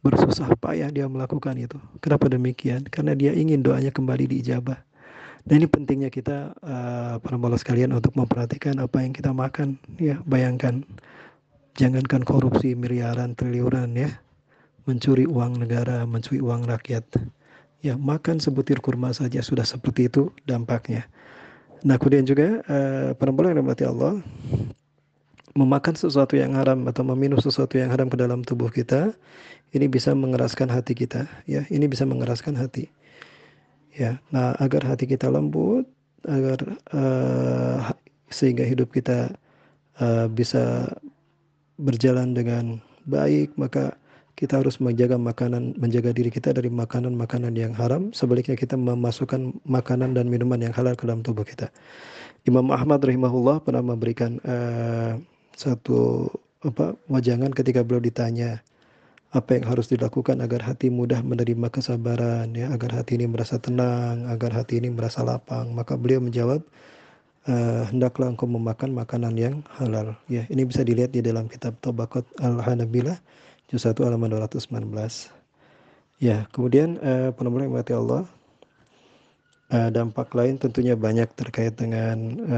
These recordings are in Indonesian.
bersusah payah dia melakukan itu. Kenapa demikian? Karena dia ingin doanya kembali diijabah. Dan ini pentingnya kita para bolos sekalian untuk memperhatikan apa yang kita makan. Ya, bayangkan, jangankan korupsi miliaran triliunan ya, mencuri uang negara, mencuri uang rakyat. Ya, makan sebutir kurma saja sudah seperti itu dampaknya. Nah, kemudian juga para bolos yang dirahmati Allah, memakan sesuatu yang haram atau meminum sesuatu yang haram ke dalam tubuh kita, ini bisa mengeraskan hati kita. Ya, ini bisa mengeraskan hati. Ya, nah agar hati kita lembut, agar sehingga hidup kita bisa berjalan dengan baik, maka kita harus menjaga makanan, menjaga diri kita dari makanan-makanan yang haram. Sebaliknya kita memasukkan makanan dan minuman yang halal ke dalam tubuh kita. Imam Ahmad rahimahullah pernah memberikan satu wajangan ketika beliau ditanya apa yang harus dilakukan agar hati mudah menerima kesabaran, ya, agar hati ini merasa tenang, agar hati ini merasa lapang. Maka beliau menjawab, hendaklah engkau memakan makanan yang halal. Ya, ini bisa dilihat di dalam kitab Tabaqat Al-Hanabilah juz 1 halaman 219. Ya, kemudian penumpang yang mati Allah, dampak lain tentunya banyak terkait dengan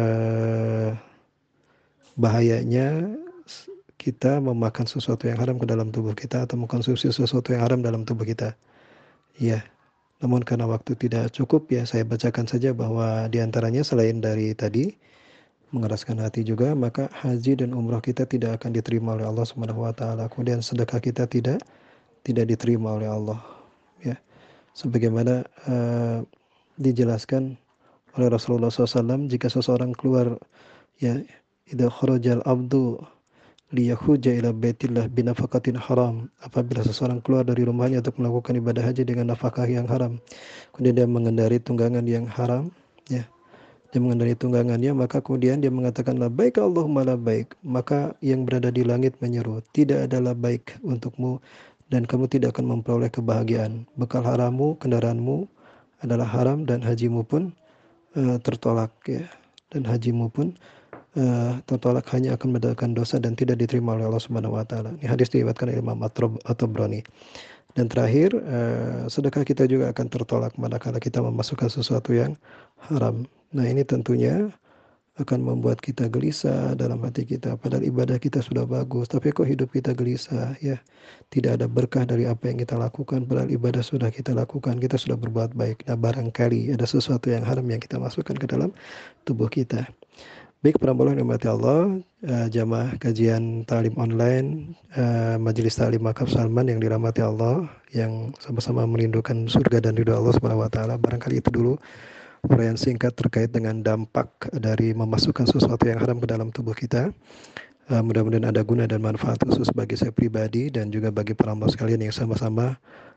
bahayanya kita memakan sesuatu yang haram ke dalam tubuh kita atau mengkonsumsi sesuatu yang haram dalam tubuh kita. Ya, namun karena waktu tidak cukup ya saya bacakan saja bahwa diantaranya selain dari tadi mengeraskan hati juga, maka haji dan umrah kita tidak akan diterima oleh Allah Subhanahu wa taala. Kemudian sedekah kita tidak diterima oleh Allah. Ya, sebagaimana dijelaskan oleh Rasulullah SAW, jika seseorang keluar, ya, idza kharajal abdu liyahujja ila baitillah binafaqatin haram, apabila seseorang keluar dari rumahnya untuk melakukan ibadah haji dengan nafkah yang haram, kemudian dia mengendari tunggangan yang haram, ya, dia mengendari tunggangannya, maka kemudian dia mengatakan labbaik Allahumma labbaik, maka yang berada di langit menyeru, tidak ada labbaik untukmu dan kamu tidak akan memperoleh kebahagiaan. Bekal harammu, kendaraanmu adalah haram dan hajimu pun tertolak, ya, dan hajimu pun tertolak, hanya akan mendatangkan dosa dan tidak diterima oleh Allah Subhanahu wa taala. Ini hadis diriwayatkan oleh Imam At-Tabrani. Dan terakhir, sedekah kita juga akan tertolak manakala kita memasukkan sesuatu yang haram. Nah, ini tentunya akan membuat kita gelisah dalam hati kita. Padahal ibadah kita sudah bagus, tapi kok hidup kita gelisah, ya. Tidak ada berkah dari apa yang kita lakukan, padahal ibadah sudah kita lakukan, kita sudah berbuat baik. Nah, barangkali ada sesuatu yang haram yang kita masukkan ke dalam tubuh kita. Baik, para yang dimati Allah, jamaah kajian talim online, majelis talim Makaf Salman yang dirahmati Allah, yang sama-sama merindukan surga dan ridho Allah Subhanahu wa taala. Barangkali itu dulu uraian singkat terkait dengan dampak dari memasukkan sesuatu yang haram ke dalam tubuh kita. Mudah-mudahan ada guna dan manfaat khusus bagi saya pribadi dan juga bagi para hamba sekalian yang sama-sama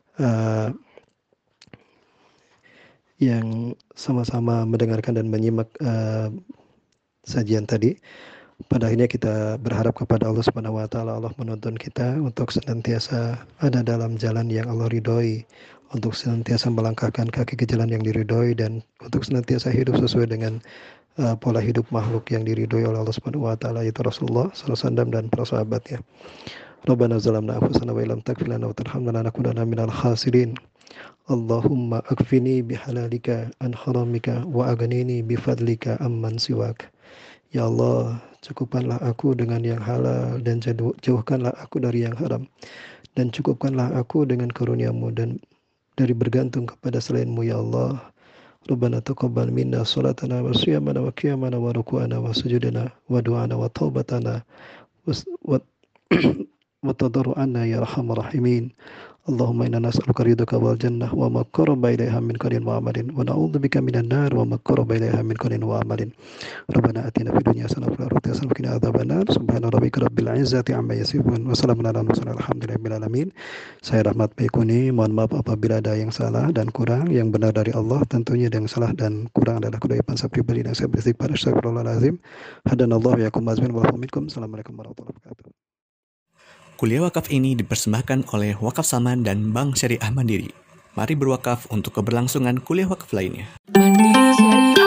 mendengarkan dan menyimak sajian tadi. Pada akhirnya kita berharap kepada Allah Subhanahu wa taala, Allah menuntun kita untuk senantiasa ada dalam jalan yang Allah ridhoi, untuk senantiasa melangkahkan kaki ke jalan yang diridhoi, dan untuk senantiasa hidup sesuai dengan pola hidup makhluk yang diridhoi oleh Allah Subhanahu wa taala, yaitu Rasulullah sallallahu alaihi wasallam dan para sahabatnya. Rabbana zalamna anfusana wa illam taghfir lana wa tarhamna lanakunanna minal khasirin. Allahumma akfini bihalalika an haramika wa aghnini bifadlika amman siwak. Ya Allah, cukupkanlah aku dengan yang halal dan jauhkanlah aku dari yang haram, dan cukupkanlah aku dengan karunia-Mu dan dari bergantung kepada selain-Mu, ya Allah. Rabbana taqabbal minna salatana wa siyamana wa qiyamana wa ruku'ana wa sujudana wa du'ana wa taubatana wa tadarru'ana ya arhamar rahimin. Allahumma inna nas'aluka ridhaka wal jannah wa ma qarraba ilaiha min qawlin wa amalin, wa na'udzubika minan nar wa ma qarraba ilaiha min qawlin wa amalin. Rabbana atina fid dunya hasanah wa fil akhirati hasanah wa qina adzabannar. Subhana rabbika rabbil izzati amma yasifun wa salamun alal mursalin walhamdulillahi alamin. Saya Rahmat Baikuni, mohon maaf apabila ada yang salah dan kurang. Yang benar dari Allah, tentunya yang salah dan kurang adalah kedaipan saya pribadi, dan saya beristighfar. Astagfirullahalazim. Hadanallahu wa yakum azmin wa minkum. Assalamualaikum warahmatullahi wabarakatuh. Kuliah wakaf ini dipersembahkan oleh Wakaf Salman dan Bank Syariah Mandiri. Mari berwakaf untuk keberlangsungan kuliah wakaf lainnya. Mandiri Syariah.